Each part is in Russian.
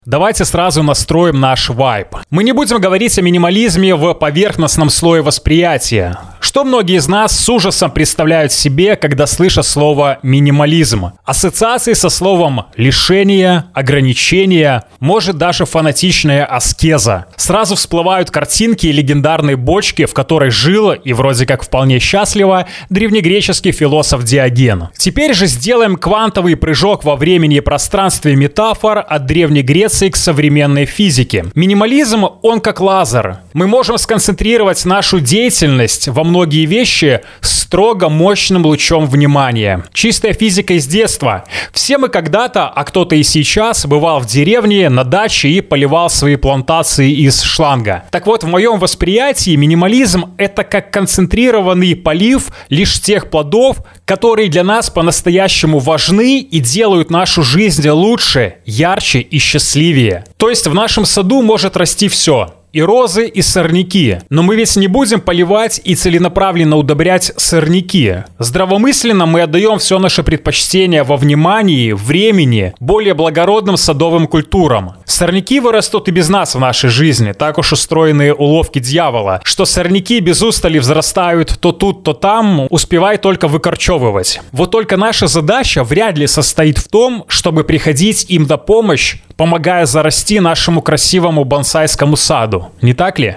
Давайте сразу настроим наш вайб. Мы не будем говорить о минимализме в поверхностном слое восприятия. Что многие из нас с ужасом представляют себе, когда слышат слово «минимализм». Ассоциации со словом «лишение», «ограничение», может даже фанатичная аскеза. Сразу всплывают картинки и легендарные бочки, в которой жил и вроде как вполне счастливо древнегреческий философ Диоген. Теперь же сделаем квантовый прыжок во времени и пространстве метафор от Древней Греции к современной физике. Минимализм, он как лазер. Мы можем сконцентрировать нашу деятельность во многие вещи строго мощным лучом внимания. Чистая физика из детства. Все мы когда-то, а кто-то и сейчас, бывал в деревне, на даче и поливал свои плантации из шланга. Так вот, в моем восприятии минимализм — это как концентрированный полив лишь тех плодов, которые для нас по-настоящему важны и делают нашу жизнь лучше, ярче и счастливее. То есть в нашем саду может расти все. И розы, и сорняки. Но мы ведь не будем поливать и целенаправленно удобрять сорняки. Здравомысленно мы отдаем все наше предпочтение во внимании, времени, более благородным садовым культурам. Сорняки вырастут и без нас в нашей жизни. Так уж устроены уловки дьявола, что сорняки без устали взрастают то тут, то там, успевай только выкорчевывать. Вот только наша задача вряд ли состоит в том, чтобы приходить им на помощь, помогая зарасти нашему красивому бонсайскому саду. Не так ли?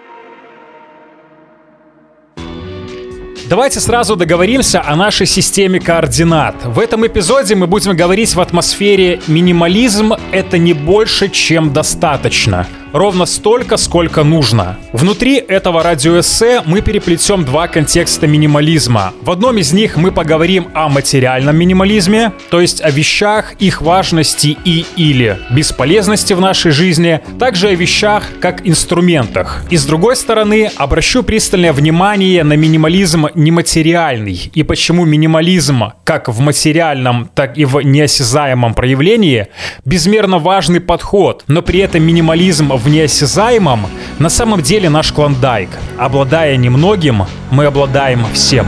Давайте сразу договоримся о нашей системе координат. В этом эпизоде мы будем говорить в атмосфере «минимализм — это не больше, чем достаточно». Ровно столько, сколько нужно. Внутри этого радиоэссе мы переплетем два контекста минимализма. В одном из них мы поговорим о материальном минимализме, то есть о вещах, их важности и или бесполезности в нашей жизни, также о вещах как инструментах. И с другой стороны, обращу пристальное внимание на минимализм нематериальный и почему минимализм как в материальном, так и в неосязаемом проявлении безмерно важный подход, но при этом минимализм в неосязаемом на самом деле наш клондайк. Обладая немногим, мы обладаем всем.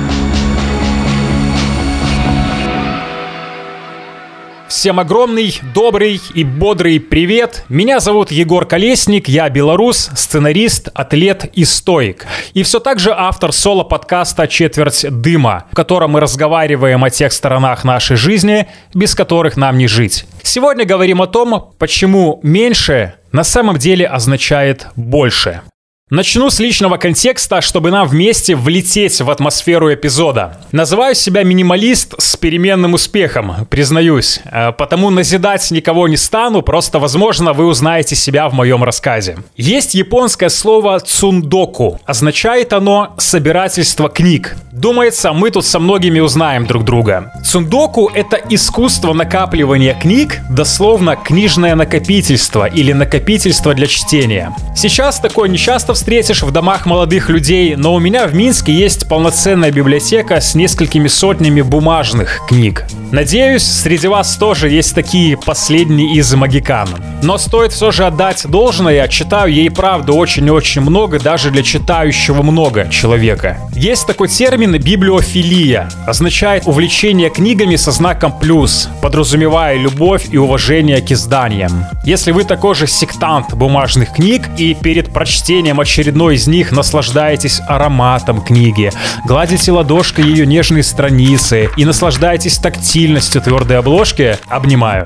Всем огромный, добрый и бодрый привет. Меня зовут Егор Колесник, я белорус, сценарист, атлет и стоик. И все так же автор соло-подкаста «Четверть дыма», в котором мы разговариваем о тех сторонах нашей жизни, без которых нам не жить. Сегодня говорим о том, почему меньше на самом деле означает больше. Начну с личного контекста, чтобы нам вместе влететь в атмосферу эпизода. Называю себя минималист с переменным успехом, признаюсь. Потому назидать никого не стану, просто, возможно, вы узнаете себя в моем рассказе. Есть японское слово «цундоку». Означает оно «собирательство книг». Думается, мы тут со многими узнаем друг друга. Цундоку — это искусство накапливания книг, дословно книжное накопительство или накопительство для чтения. Сейчас такое нечасто встретишь в домах молодых людей, но у меня в Минске есть полноценная библиотека с несколькими сотнями бумажных книг. Надеюсь, среди вас тоже есть такие последние из магикан. Но стоит все же отдать должное, читаю я и правда очень-очень много, даже для читающего много человека. Есть такой термин «библиофилия». Означает увлечение книгами со знаком плюс, подразумевая любовь и уважение к изданиям. Если вы такой же сектант бумажных книг и перед прочтением очередной из них наслаждаетесь ароматом книги, гладите ладошкой ее нежные страницы и наслаждаетесь тактильностью твердой обложки, обнимаю.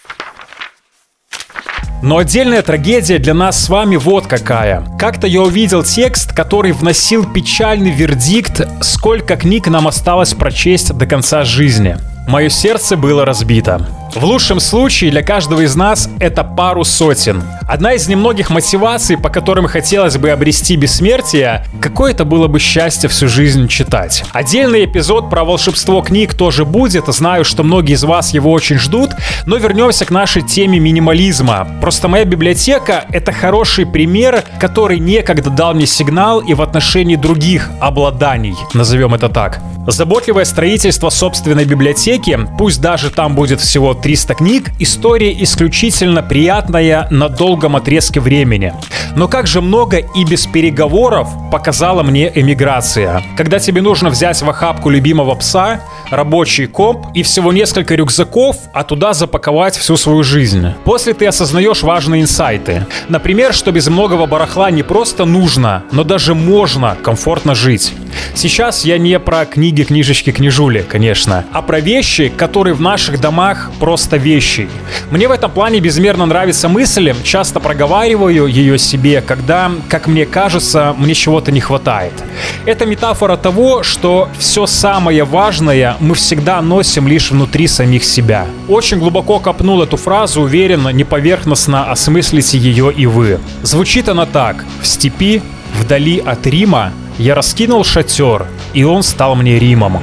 Но отдельная трагедия для нас с вами вот какая. Как-то я увидел текст, который вносил печальный вердикт, сколько книг нам осталось прочесть до конца жизни. Мое сердце было разбито. В лучшем случае для каждого из нас это пару сотен. Одна из немногих мотиваций, по которым хотелось бы обрести бессмертие, какое-то было бы счастье всю жизнь читать. Отдельный эпизод про волшебство книг тоже будет, знаю, что многие из вас его очень ждут, но вернемся к нашей теме минимализма. Просто моя библиотека — это хороший пример, который некогда дал мне сигнал и в отношении других обладаний, назовем это так. Заботливое строительство собственной библиотеки, пусть даже там будет всего 300 книг, история исключительно приятная на долгом отрезке времени. Но как же много и без переговоров показала мне эмиграция. Когда тебе нужно взять в охапку любимого пса, рабочий комп и всего несколько рюкзаков, а туда запаковать всю свою жизнь. После ты осознаешь важные инсайты. Например, что без многого барахла не просто нужно, но даже можно комфортно жить. Сейчас я не про книги, книжечки, книжули, конечно, а про вещи, которые в наших домах просто вещи. Мне в этом плане безмерно нравится мысль, часто проговариваю ее себе, когда, как мне кажется, мне чего-то не хватает. Это метафора того, что все самое важное мы всегда носим лишь внутри самих себя. Очень глубоко копнул эту фразу, уверен, не поверхностно осмыслите ее и вы. Звучит она так: в степи, вдали от Рима, я раскинул шатер, и он стал мне Римом.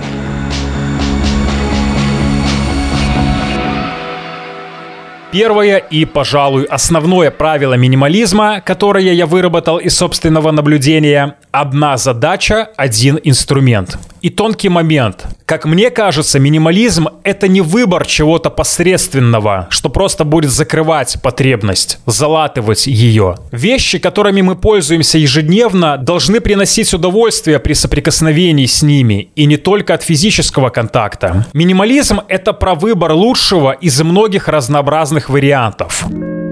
Первое и, пожалуй, основное правило минимализма, которое я выработал из собственного наблюдения – одна задача, один инструмент. И тонкий момент. Как мне кажется, минимализм – это не выбор чего-то посредственного, что просто будет закрывать потребность, залатывать ее. Вещи, которыми мы пользуемся ежедневно, должны приносить удовольствие при соприкосновении с ними, и не только от физического контакта. Минимализм – это про выбор лучшего из многих разнообразных вариантов.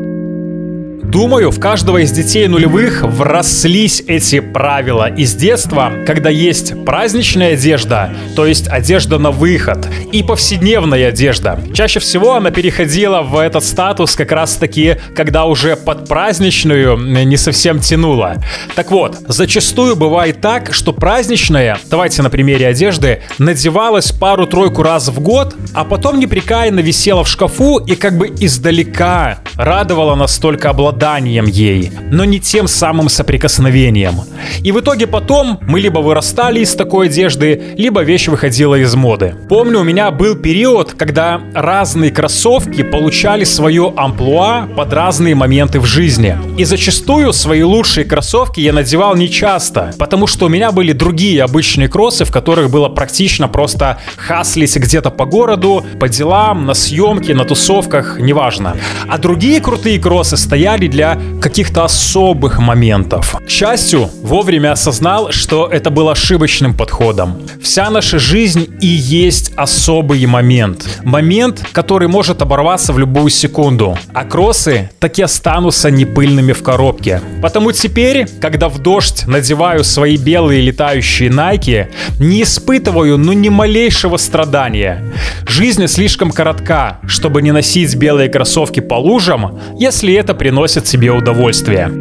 Думаю, в каждого из детей нулевых врослись эти правила из детства, когда есть праздничная одежда, то есть одежда на выход, и повседневная одежда. Чаще всего она переходила в этот статус как раз-таки, когда уже под праздничную не совсем тянуло. Так вот, зачастую бывает так, что праздничная, давайте на примере одежды, надевалась пару-тройку раз в год, а потом непрекаянно висела в шкафу и как бы издалека радовала настолько обладанием ей, но не тем самым соприкосновением. И в итоге потом мы либо вырастали из такой одежды, либо вещь выходила из моды. Помню, у меня был период, когда разные кроссовки получали свое амплуа под разные моменты в жизни. И зачастую свои лучшие кроссовки я надевал нечасто, потому что у меня были другие обычные кроссы, в которых было практично просто хаслить где-то по городу, по делам, на съемке, на тусовках, неважно. А другие крутые кроссы стояли для каких-то особых моментов. К счастью, вовремя осознал, что это был ошибочным подходом. Вся наша жизнь и есть особый момент. Момент, который может оборваться в любую секунду. А кроссы так и останутся непыльными в коробке. Потому теперь, когда в дождь надеваю свои белые летающие Nike, не испытываю ни малейшего страдания. Жизнь слишком коротка, чтобы не носить белые кроссовки по лужам, если это приносит тебе удовольствие.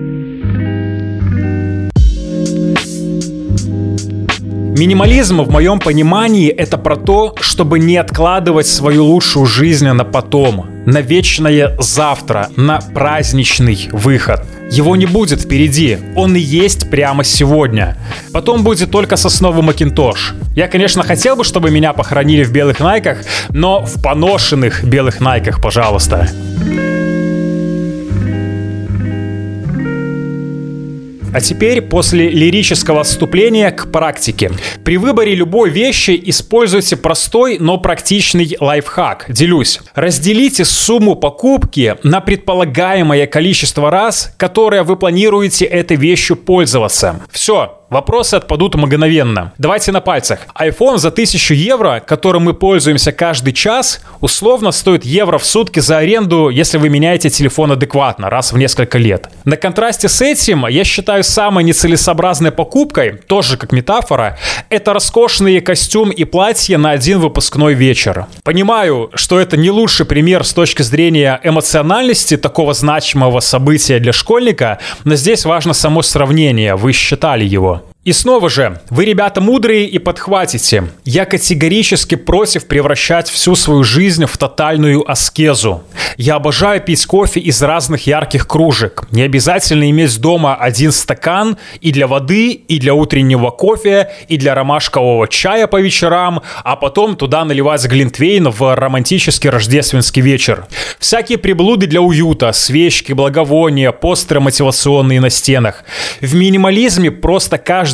Минимализм в моем понимании это про то, чтобы не откладывать свою лучшую жизнь на потом, на вечное завтра, на праздничный выход. Его не будет впереди, он и есть прямо сегодня. Потом будет только сосновый Макинтош. Я, конечно, хотел бы, чтобы меня похоронили в белых найках, но в поношенных белых найках, пожалуйста. А теперь, после лирического отступления, к практике. При выборе любой вещи используйте простой, но практичный лайфхак. Делюсь. Разделите сумму покупки на предполагаемое количество раз, которое вы планируете этой вещью пользоваться. Все. Вопросы отпадут мгновенно. Давайте на пальцах. iPhone за 1000 евро, которым мы пользуемся каждый час, условно стоит евро в сутки за аренду, если вы меняете телефон адекватно, раз в несколько лет. На контрасте с этим, я считаю, самой нецелесообразной покупкой, тоже как метафора, это роскошные костюм и платье на один выпускной вечер. Понимаю, что это не лучший пример с точки зрения эмоциональности такого значимого события для школьника, но здесь важно само сравнение, вы считали его. И снова же, вы, ребята, мудрые и подхватите. Я категорически против превращать всю свою жизнь в тотальную аскезу. Я обожаю пить кофе из разных ярких кружек. Не обязательно иметь дома один стакан и для воды, и для утреннего кофе, и для ромашкового чая по вечерам, а потом туда наливать глинтвейн в романтический рождественский вечер. Всякие приблуды для уюта, свечки, благовония, постеры мотивационные на стенах. В минимализме просто каждый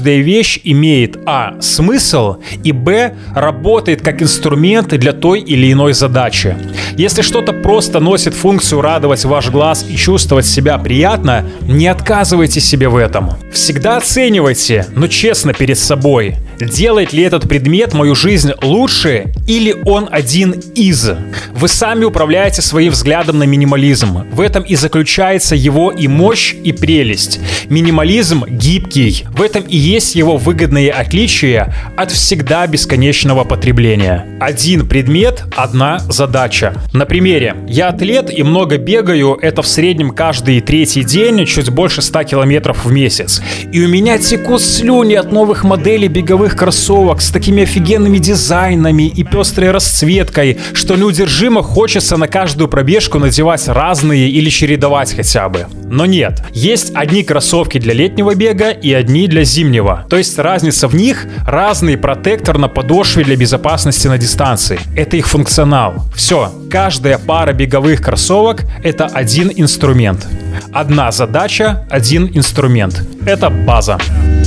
каждая вещь имеет а. смысл и б. работает как инструмент для той или иной задачи. Если что-то просто носит функцию радовать ваш глаз и чувствовать себя приятно, не отказывайте себе в этом. Всегда оценивайте, но честно перед собой, делает ли этот предмет мою жизнь лучше или он один из. Вы сами управляете своим взглядом на минимализм. В этом и заключается его и мощь, и прелесть. Минимализм гибкий. В этом и есть его выгодное отличие от всегда бесконечного потребления. Один предмет, одна задача. На примере. Я атлет и много бегаю, это в среднем каждый третий день, чуть больше 100 километров в месяц. И у меня текут слюни от новых моделей беговых кроссовок с такими офигенными дизайнами и пестрой расцветкой, что неудержимо хочется на каждую пробежку надевать разные или чередовать хотя бы. Но нет, есть одни кроссовки для летнего бега и одни для зимнего. То есть разница в них — разный протектор на подошве для безопасности на дистанции. Это их функционал. Все, каждая пара беговых кроссовок — это один инструмент. Одна задача — один инструмент. Это база.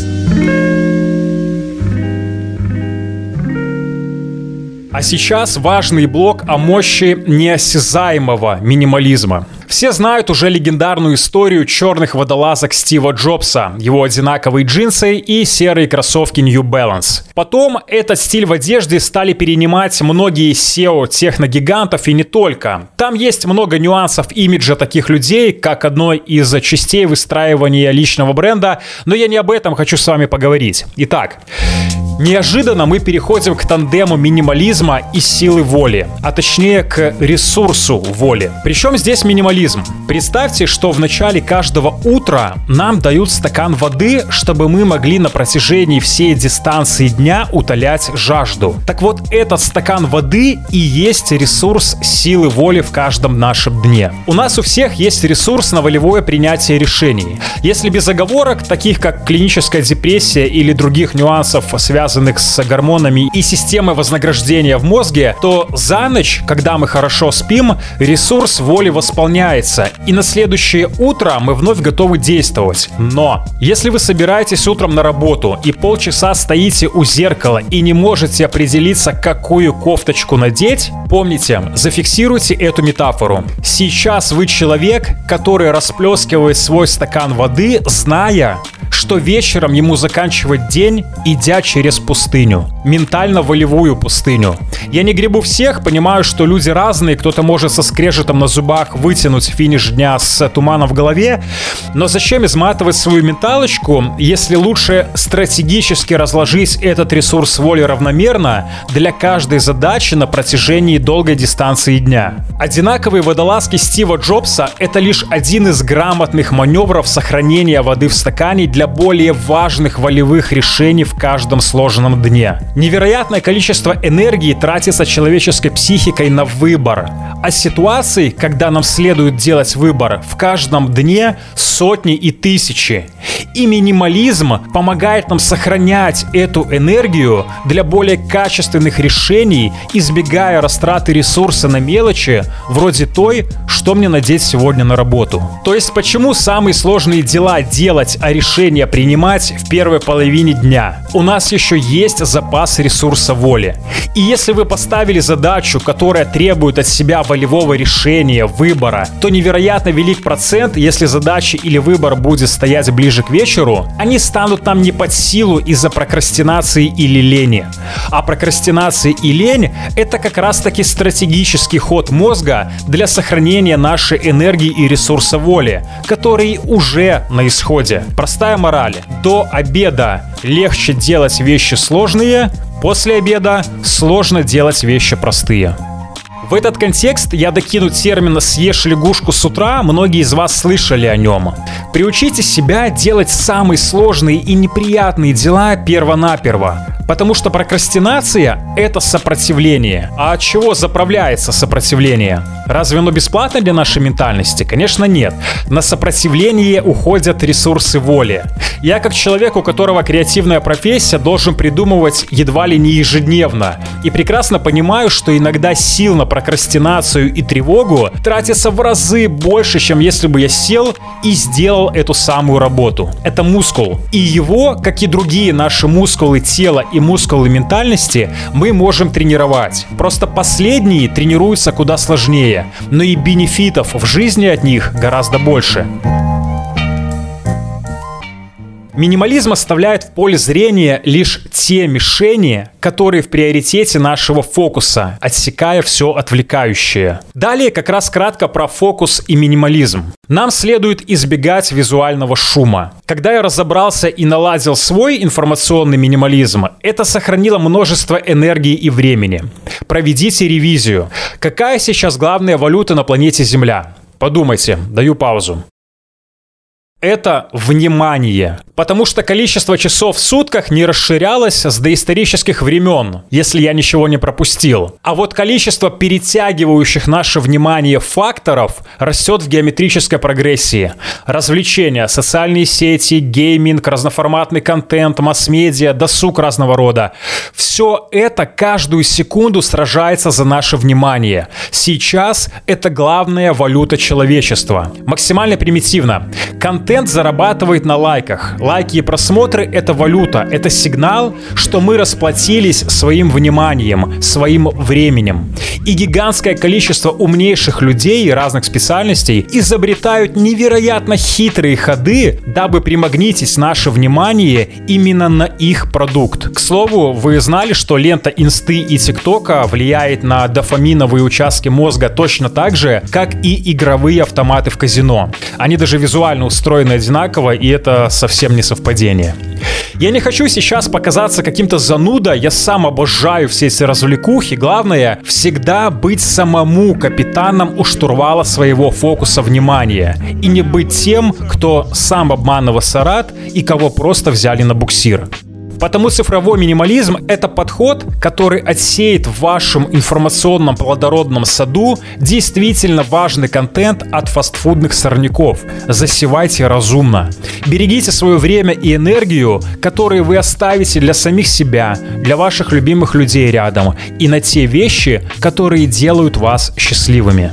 А сейчас важный блок о мощи неосязаемого минимализма. Все знают уже легендарную историю черных водолазок Стива Джобса, его одинаковые джинсы и серые кроссовки New Balance. Потом этот стиль в одежде стали перенимать многие SEO-техногигантов и не только. Там есть много нюансов имиджа таких людей, как одной из частей выстраивания личного бренда, но я не об этом хочу с вами поговорить. Итак, неожиданно мы переходим к тандему минимализма и силы воли, а точнее к ресурсу воли. Причем здесь минимализм? Представьте, что в начале каждого утра нам дают стакан воды, чтобы мы могли на протяжении всей дистанции дня утолять жажду. Так вот, этот стакан воды и есть ресурс силы воли в каждом нашем дне. У нас у всех есть ресурс на волевое принятие решений. Если без оговорок, таких как клиническая депрессия или других нюансов, связанных с гормонами и системой вознаграждения в мозге, то за ночь, когда мы хорошо спим, ресурс воли восполняется, и на следующее утро мы вновь готовы действовать. Но если вы собираетесь утром на работу и полчаса стоите у зеркала и не можете определиться, какую кофточку надеть, помните, зафиксируйте эту метафору. Сейчас вы человек, который расплескивает свой стакан воды, зная, что вечером ему заканчивать день, идя через пустыню. Ментально-волевую пустыню. Я не гребу всех, понимаю, что люди разные, кто-то может со скрежетом на зубах вытянуть финиш дня с туманом в голове, но зачем изматывать свою менталочку, если лучше стратегически разложить этот ресурс воли равномерно для каждой задачи на протяжении долгой дистанции дня. Одинаковые водолазки Стива Джобса — это лишь один из грамотных маневров сохранения воды в стакане для более важных волевых решений в каждом сложном дне. Невероятное количество энергии тратится человеческой психикой на выбор, а ситуаций, когда нам следует делать выбор, в каждом дне сотни и тысячи. И минимализм помогает нам сохранять эту энергию для более качественных решений, избегая растраты ресурса на мелочи, вроде той, что мне надеть сегодня на работу. То есть почему самые сложные дела делать, а решения принимать в первой половине дня? У нас еще есть запас ресурса воли. И если вы поставили задачу, которая требует от себя волевого решения, выбора, то невероятно велик процент, если задача или выбор будет стоять ближе к вечеру, они станут нам не под силу из-за прокрастинации или лени. А прокрастинация и лень — это как раз-таки стратегический ход мозга для сохранения нашей энергии и ресурса воли, который уже на исходе. Простая мораль. До обеда легче делать вещи сложные, после обеда сложно делать вещи простые. В этот контекст я докину термин «съешь лягушку с утра», многие из вас слышали о нем. Приучите себя делать самые сложные и неприятные дела перво-наперво. Потому что прокрастинация — это сопротивление. А от чего заправляется сопротивление? Разве оно бесплатно для нашей ментальности? Конечно, нет. На сопротивление уходят ресурсы воли. Я, как человек, у которого креативная профессия, должен придумывать едва ли не ежедневно. И прекрасно понимаю, что иногда сил на прокрастинацию и тревогу тратится в разы больше, чем если бы я сел и сделал сделал эту самую работу. Это мускул. И его, как и другие наши мускулы тела и мускулы ментальности, мы можем тренировать. Просто последние тренируются куда сложнее, но и бенефитов в жизни от них гораздо больше. Минимализм оставляет в поле зрения лишь те мишени, которые в приоритете нашего фокуса, отсекая все отвлекающее. Далее как раз кратко про фокус и минимализм. Нам следует избегать визуального шума. Когда я разобрался и наладил свой информационный минимализм, это сохранило множество энергии и времени. Проведите ревизию. Какая сейчас главная валюта на планете Земля? Подумайте, даю паузу. Это внимание. Потому что количество часов в сутках не расширялось с доисторических времен, если я ничего не пропустил. А вот количество перетягивающих наше внимание факторов растет в геометрической прогрессии. Развлечения, социальные сети, гейминг, разноформатный контент, масс-медиа, досуг разного рода. Все это каждую секунду сражается за наше внимание. Сейчас это главная валюта человечества. Максимально примитивно. Контент зарабатывает на лайках. Лайки и просмотры — это валюта, это сигнал, что мы расплатились своим вниманием, своим временем. И гигантское количество умнейших людей разных специальностей изобретают невероятно хитрые ходы, дабы примагнитить наше внимание именно на их продукт. К слову, вы знали, что лента Инсты и ТикТока влияет на дофаминовые участки мозга точно так же, как и игровые автоматы в казино. Они даже визуально устроены одинаково, и это совсем не совпадение. Я не хочу сейчас показаться каким-то занудой, я сам обожаю все эти развлекухи. Главное, всегда быть самому капитаном у штурвала своего фокуса внимания. И не быть тем, кто сам обманывал Сарат и кого просто взяли на буксир. Потому цифровой минимализм — это подход, который отсеет в вашем информационном плодородном саду действительно важный контент от фастфудных сорняков. Засевайте разумно. Берегите свое время и энергию, которые вы оставите для самих себя, для ваших любимых людей рядом, и на те вещи, которые делают вас счастливыми.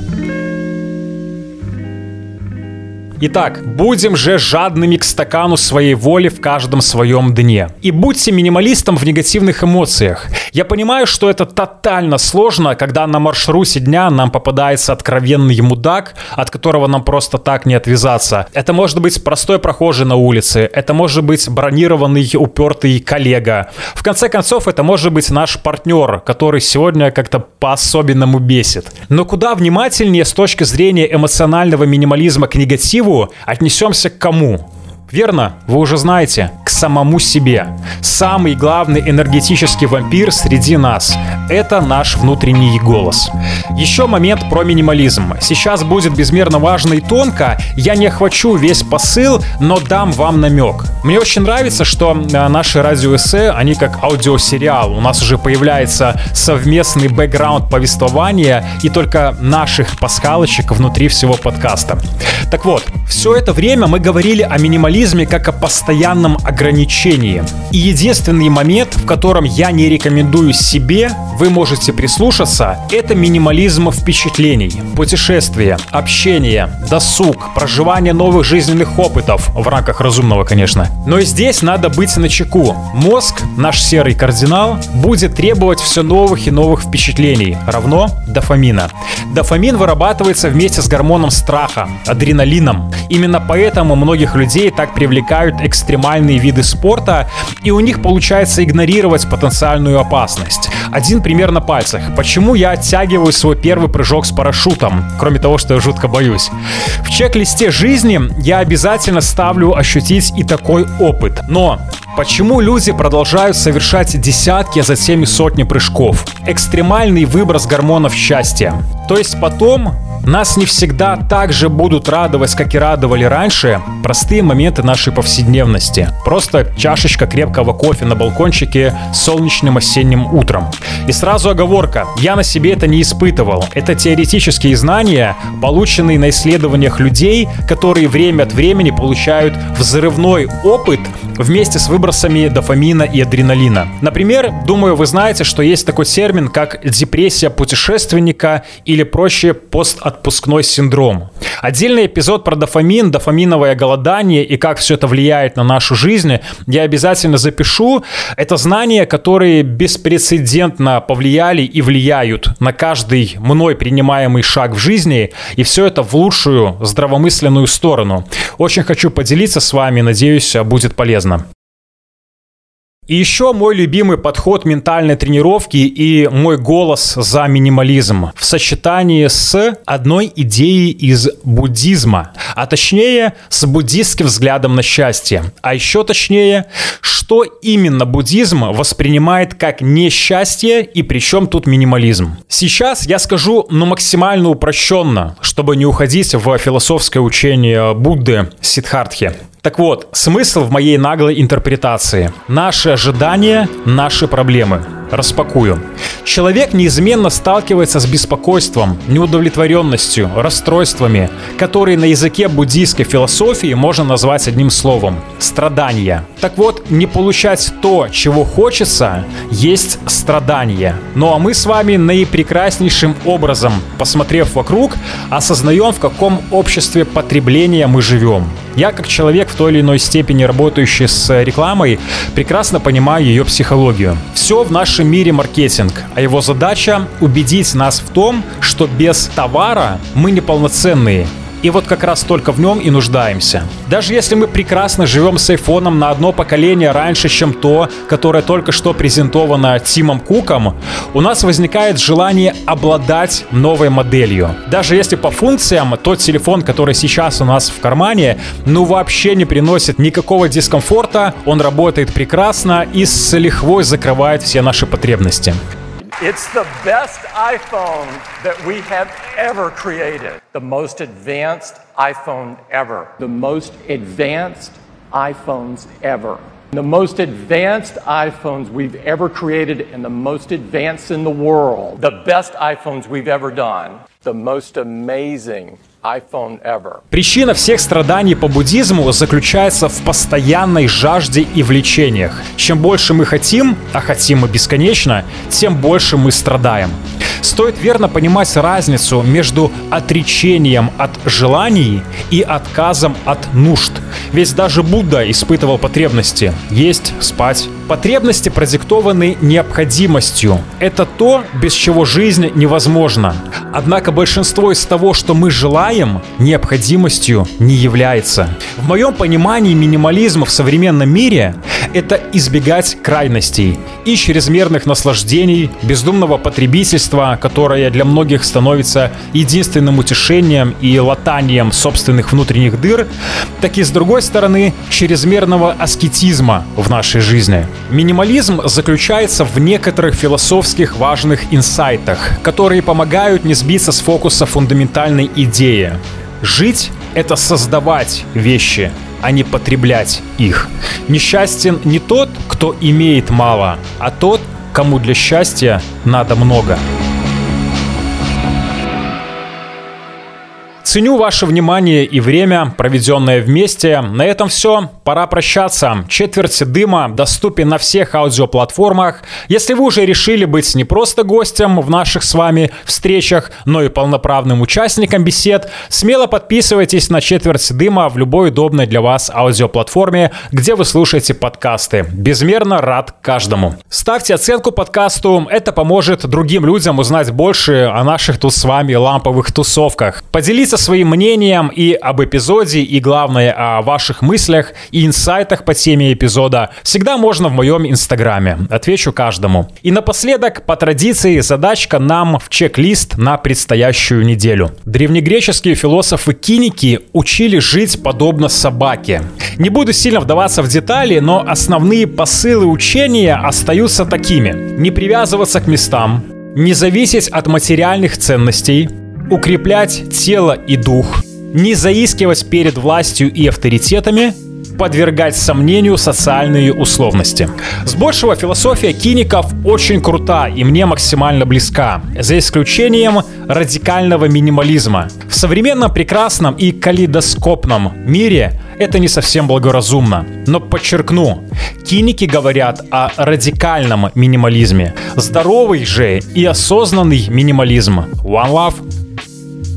Итак, будем же жадными к стакану своей воли в каждом своем дне. И будьте минималистом в негативных эмоциях. Я понимаю, что это тотально сложно, когда на маршруте дня нам попадается откровенный мудак, от которого нам просто так не отвязаться. Это может быть простой прохожий на улице, это может быть бронированный, упертый коллега. В конце концов, это может быть наш партнер, который сегодня как-то по-особенному бесит. Но куда внимательнее с точки зрения эмоционального минимализма к негативу отнесемся к кому? Верно, вы уже знаете, к самому себе. Самый главный энергетический вампир среди нас — это наш внутренний голос. Еще момент про минимализм. Сейчас будет безмерно важно и тонко. Я не охвачу весь посыл, но дам вам намек. Мне очень нравится, что наши радиоэссе, они как аудиосериал. У нас уже появляется совместный бэкграунд повествования и только наших пасхалочек внутри всего подкаста. Так вот, все это время мы говорили о минимализме как о постоянном ограничении. И единственный момент, в котором я не рекомендую себе, вы можете прислушаться, это минимализм впечатлений, путешествия, общение, досуг, проживание новых жизненных опытов, в рамках разумного, конечно. Но и здесь надо быть начеку. Мозг, наш серый кардинал, будет требовать все новых и новых впечатлений, равно дофамина. Дофамин вырабатывается вместе с гормоном страха, адреналином. Именно поэтому многих людей так привлекают экстремальные виды спорта, и у них получается игнорировать потенциальную опасность. Один пример на пальцах. Почему я оттягиваю свой первый прыжок с парашютом, кроме того, что я жутко боюсь? В чек-листе жизни я обязательно ставлю ощутить и такой опыт. Но почему люди продолжают совершать десятки, а затем и сотни прыжков? Экстремальный выброс гормонов счастья. То есть потом нас не всегда так же будут радовать, как и радовали раньше, простые моменты нашей повседневности. Просто чашечка крепкого кофе на балкончике солнечным осенним утром. И сразу оговорка, я на себе это не испытывал. Это теоретические знания, полученные на исследованиях людей, которые время от времени получают взрывной опыт вместе с выбросами дофамина и адреналина. Например, думаю, вы знаете, что есть такой термин, как депрессия путешественника или проще постотпускной синдром. Отдельный эпизод про дофамин, дофаминовое голодание и как все это влияет на нашу жизнь я обязательно запишу. Это знания, которые беспрецедентно повлияли и влияют на каждый мной принимаемый шаг в жизни, и все это в лучшую здравомысленную сторону. Очень хочу поделиться с вами, надеюсь, будет полезно. И еще мой любимый подход ментальной тренировки и мой голос за минимализм в сочетании с одной идеей из буддизма, а точнее с буддистским взглядом на счастье. А еще точнее, что именно буддизм воспринимает как несчастье и при чем тут минимализм. Сейчас я скажу, максимально упрощенно, чтобы не уходить в философское учение Будды Сиддхартхи. Так вот, смысл в моей наглой интерпретации. Наши ожидания, наши проблемы. Распакую. Человек неизменно сталкивается с беспокойством, неудовлетворенностью, расстройствами, которые на языке буддийской философии можно назвать одним словом – страдания. Так вот, не получать то, чего хочется, есть страдание. Ну а мы с вами наипрекраснейшим образом, посмотрев вокруг, осознаем, в каком обществе потребления мы живем. Я, как человек в той или иной степени работающий с рекламой, прекрасно понимаю ее психологию. Все в нашем мире маркетинг, а его задача – убедить нас в том, что без товара мы неполноценные. И вот как раз только в нем и нуждаемся. Даже если мы прекрасно живем с айфоном на одно поколение раньше, чем то, которое только что презентовано Тимом Куком, у нас возникает желание обладать новой моделью. Даже если по функциям тот телефон, который сейчас у нас в кармане, вообще не приносит никакого дискомфорта, он работает прекрасно и с лихвой закрывает все наши потребности. It's the best iPhone that we have ever created. The most advanced iPhone ever. The most advanced iPhones ever. The most advanced iPhones we've ever created and the most advanced in the world. The best iPhones we've ever done. The most amazing iPhone ever. Причина всех страданий по буддизму заключается в постоянной жажде и влечениях. Чем больше мы хотим, а хотим мы бесконечно, тем больше мы страдаем. Стоит верно понимать разницу между отречением от желаний и отказом от нужд. Ведь даже Будда испытывал потребности – есть, спать. Потребности продиктованы необходимостью. Это то, без чего жизнь невозможна. Однако большинство из того, что мы желаем, необходимостью не является. В моем понимании минимализм в современном мире – это избегать крайностей и чрезмерных наслаждений, бездумного потребительства, которое для многих становится единственным утешением и латанием собственных внутренних дыр, так и, с другой стороны, чрезмерного аскетизма в нашей жизни. Минимализм заключается в некоторых философских важных инсайтах, которые помогают не сбиться с фокуса фундаментальной идеи. Жить — это создавать вещи, а не потреблять их. Несчастен не тот, кто имеет мало, а тот, кому для счастья надо много. Ценю ваше внимание и время, проведенное вместе. На этом все. Пора прощаться. «Четверть дыма» доступен на всех аудиоплатформах. Если вы уже решили быть не просто гостем в наших с вами встречах, но и полноправным участником бесед, смело подписывайтесь на «Четверть дыма» в любой удобной для вас аудиоплатформе, где вы слушаете подкасты. Безмерно рад каждому. Ставьте оценку подкасту. Это поможет другим людям узнать больше о наших тут с вами ламповых тусовках. Поделиться своим мнением и об эпизоде, и главное, о ваших мыслях и инсайтах по теме эпизода всегда можно в моем инстаграме. Отвечу каждому. И напоследок, по традиции, задачка нам в чек-лист на предстоящую неделю. Древнегреческие философы-киники учили жить подобно собаке. Не буду сильно вдаваться в детали, но основные посылы учения остаются такими. Не привязываться к местам, не зависеть от материальных ценностей, укреплять тело и дух, не заискивать перед властью и авторитетами, подвергать сомнению социальные условности. С большего философия киников очень крута и мне максимально близка, за исключением радикального минимализма. В современном прекрасном и калейдоскопном мире это не совсем благоразумно. Но подчеркну, киники говорят о радикальном минимализме. Здоровый же и осознанный минимализм. One love.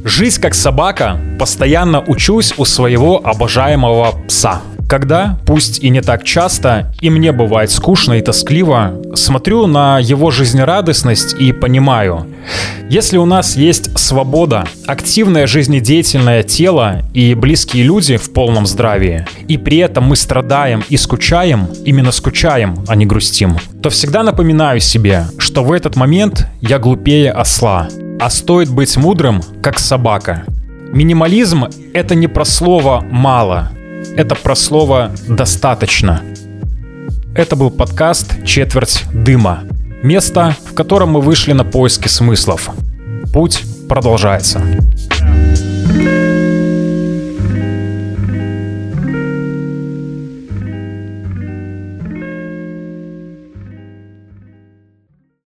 Жизнь как собака, постоянно учусь у своего обожаемого пса. Когда, пусть и не так часто, и мне бывает скучно и тоскливо, смотрю на его жизнерадостность и понимаю, если у нас есть свобода, активное жизнедеятельное тело и близкие люди в полном здравии, и при этом мы страдаем и скучаем, именно скучаем, а не грустим, то всегда напоминаю себе, что в этот момент я глупее осла, а стоит быть мудрым, как собака. Минимализм — это не про слово «мало», это про слово «достаточно». Это был подкаст «Четверть дыма». Место, в котором мы вышли на поиски смыслов. Путь продолжается.